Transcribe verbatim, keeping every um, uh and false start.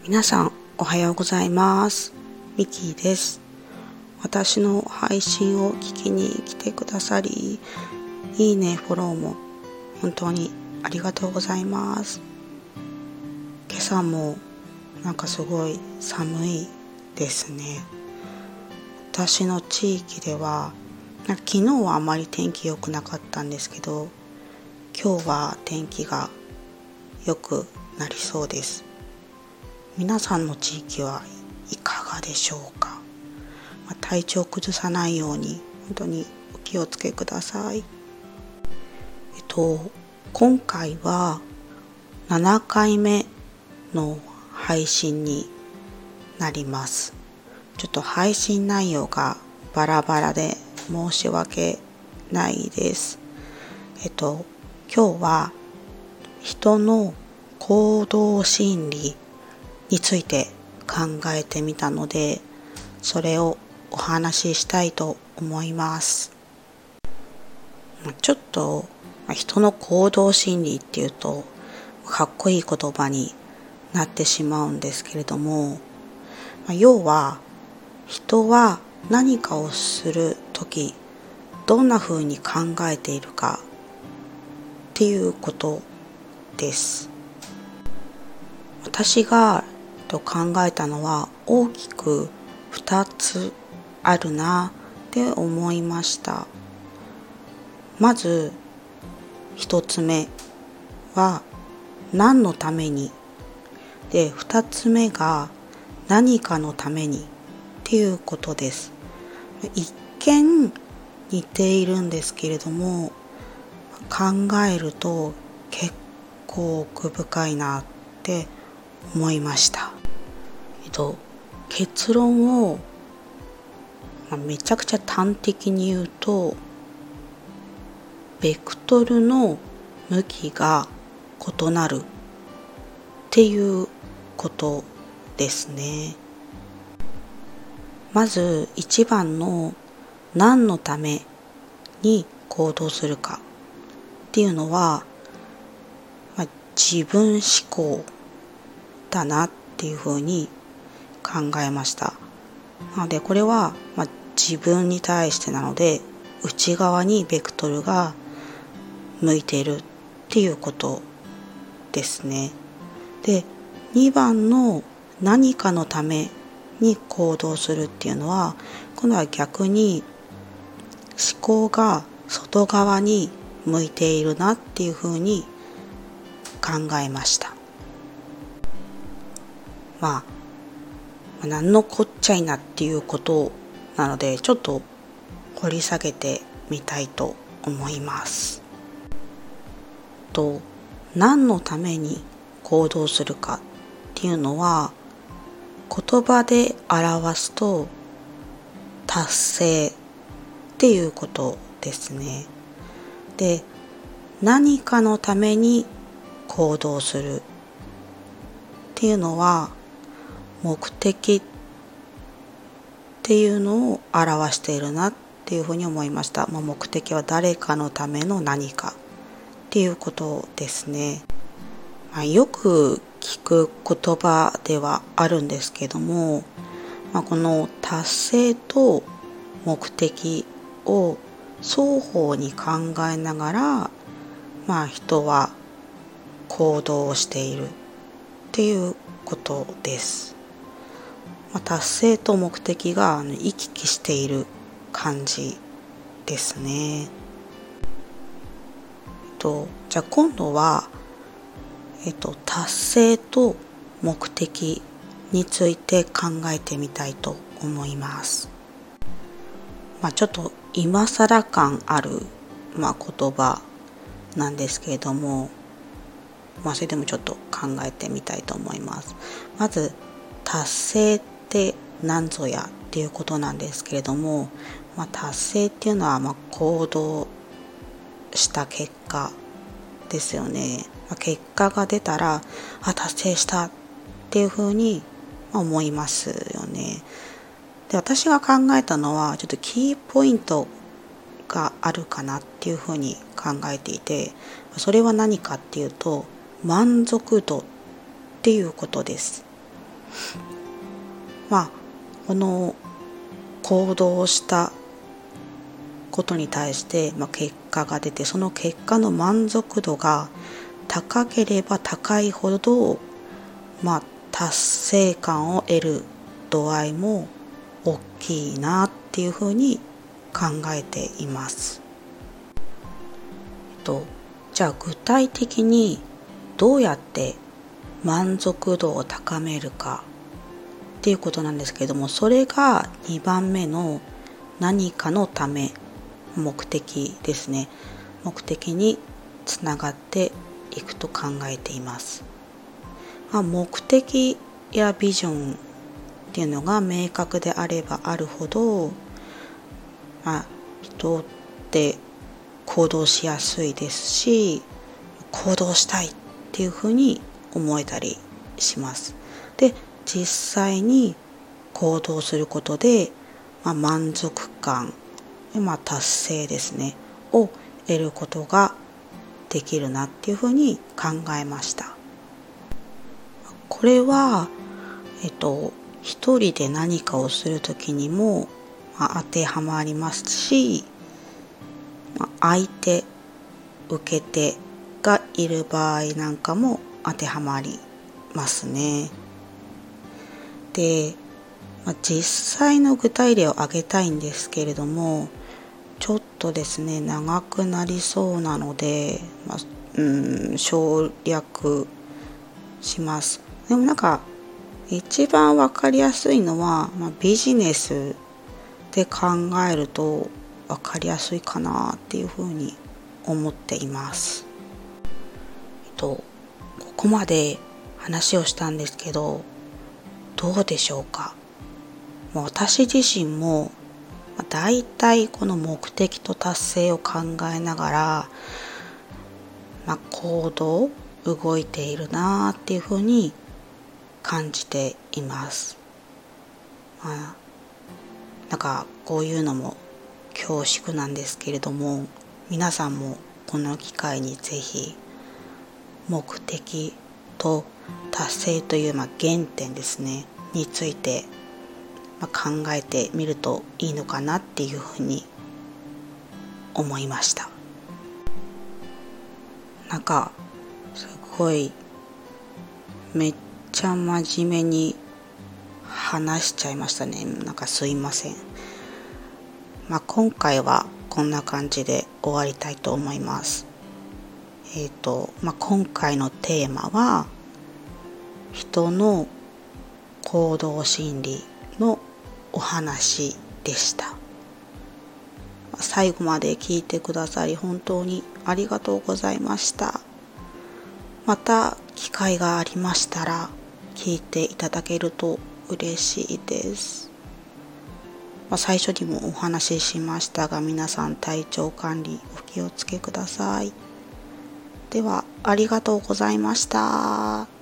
皆さんおはようございます。ミキです。私の配信を聞きに来てくださり、いいね、フォローも本当にありがとうございます。今朝もなんかすごい寒いですね。私の地域では昨日はあまり天気良くなかったんですけど、今日は天気が良くなりそうです。皆さんの地域はいかがでしょうか。まあ、体調を崩さないように本当にお気をつけください。えっと今回はななかいめの配信になります。ちょっと配信内容がバラバラで申し訳ないです。えっと今日は人の行動心理について考えてみたので、それをお話ししたいと思います。ちょっと人の行動心理っていうとかっこいい言葉になってしまうんですけれども、要は人は何かをするときどんな風に考えているかっていうことです。私がと考えたのは大きくふたつあるなって思いました。まずひとつめは何のためにで、ふたつめが何かのためにっていうことです。一見似ているんですけれども、考えると結構奥深いなって思いました。えっと、結論を、まあ、めちゃくちゃ端的に言うと、ベクトルの向きが異なるっていうことですね。まず一番の何のために行動するかっていうのは、まあ、自分思考だなっていうふうに考えました。なのでこれは、まあ、自分に対してなので内側にベクトルが向いているっていうことですね。で、にばんの何かのために行動するっていうのは、今度は逆に思考が外側に向いているなっていうふうに考えました。まあ何のこっちゃいなっていうことなので、ちょっと掘り下げてみたいと思います。と何のために行動するかっていうのは、言葉で表すと達成っていうことですね。で、何かのために行動するっていうのは目的っていうのを表しているなっていうふうに思いました。まあ、目的は誰かのための何かっていうことですね。まあ、よく聞く言葉ではあるんですけども、まあ、この達成と目的を双方に考えながら、まあ、人は行動をしているっていうことです。まあ、達成と目的が行き来している感じですね。えっと、じゃあ今度は、えっと、達成と目的について考えてみたいと思います。まあ、ちょっと今更感ある、まあ、言葉なんですけれども、まあ、それでもちょっと考えてみたいと思います。まず達成って何ぞやっていうことなんですけれども、まあ、達成っていうのはまあ行動した結果ですよね。まあ、結果が出たらあ達成したっていうふうに思いますよね。で、私が考えたのはちょっとキーポイントがあるかなっていうふうに考えていて、それは何かっていうと満足度っていうことです。 まあこの行動をしたことに対して、まあ、結果が出て、その結果の満足度が高ければ高いほど、まあ、達成感を得る度合いも大きいなっていうふうに考えています。えっと、じゃあ具体的にどうやって満足度を高めるかっていうことなんですけれども、それがにばんめの何かのため、目的ですね。目的につながっていくと考えています。まあ、目的やビジョンっていうのが明確であればあるほど、まあ、人って行動しやすいですし、行動したいっていうふうに思えたりします。で、実際に行動することで、まあ、満足感、まあ、達成ですねを得ることができるなっていうふうに考えました。これは、えっと、一人で何かをするときにも、まあ、当てはまりますし、まあ、相手、受け手がいる場合なんかも当てはまりますね。で、まあ、実際の具体例を挙げたいんですけれども、ちょっとですね長くなりそうなので、まあ、うん省略します。でもなんか一番わかりやすいのは、まあ、ビジネスで考えるとわかりやすいかなっていうふうに思っています。えっと、ここまで話をしたんですけど、どうでしょうか。もう私自身もだいたいこの目的と達成を考えながら、まあ、行動動いているなっていうふうに感じています。まあ、なんかこういうのも恐縮なんですけれども、皆さんもこの機会にぜひ目的と達成という、まあ、原点ですねについてまあ、考えてみるといいのかなっていうふうに思いました。なんかすごいめっちゃ真面目に話しちゃいましたね。なんかすいません。まあ、今回はこんな感じで終わりたいと思います。えっと、まあ、今回のテーマは人の行動心理のお話でした。最後まで聞いてくださり本当にありがとうございました。また機会がありましたら聞いていただけると嬉しいです。まあ、最初にもお話ししましたが、皆さん体調管理お気をつけください。ではありがとうございました。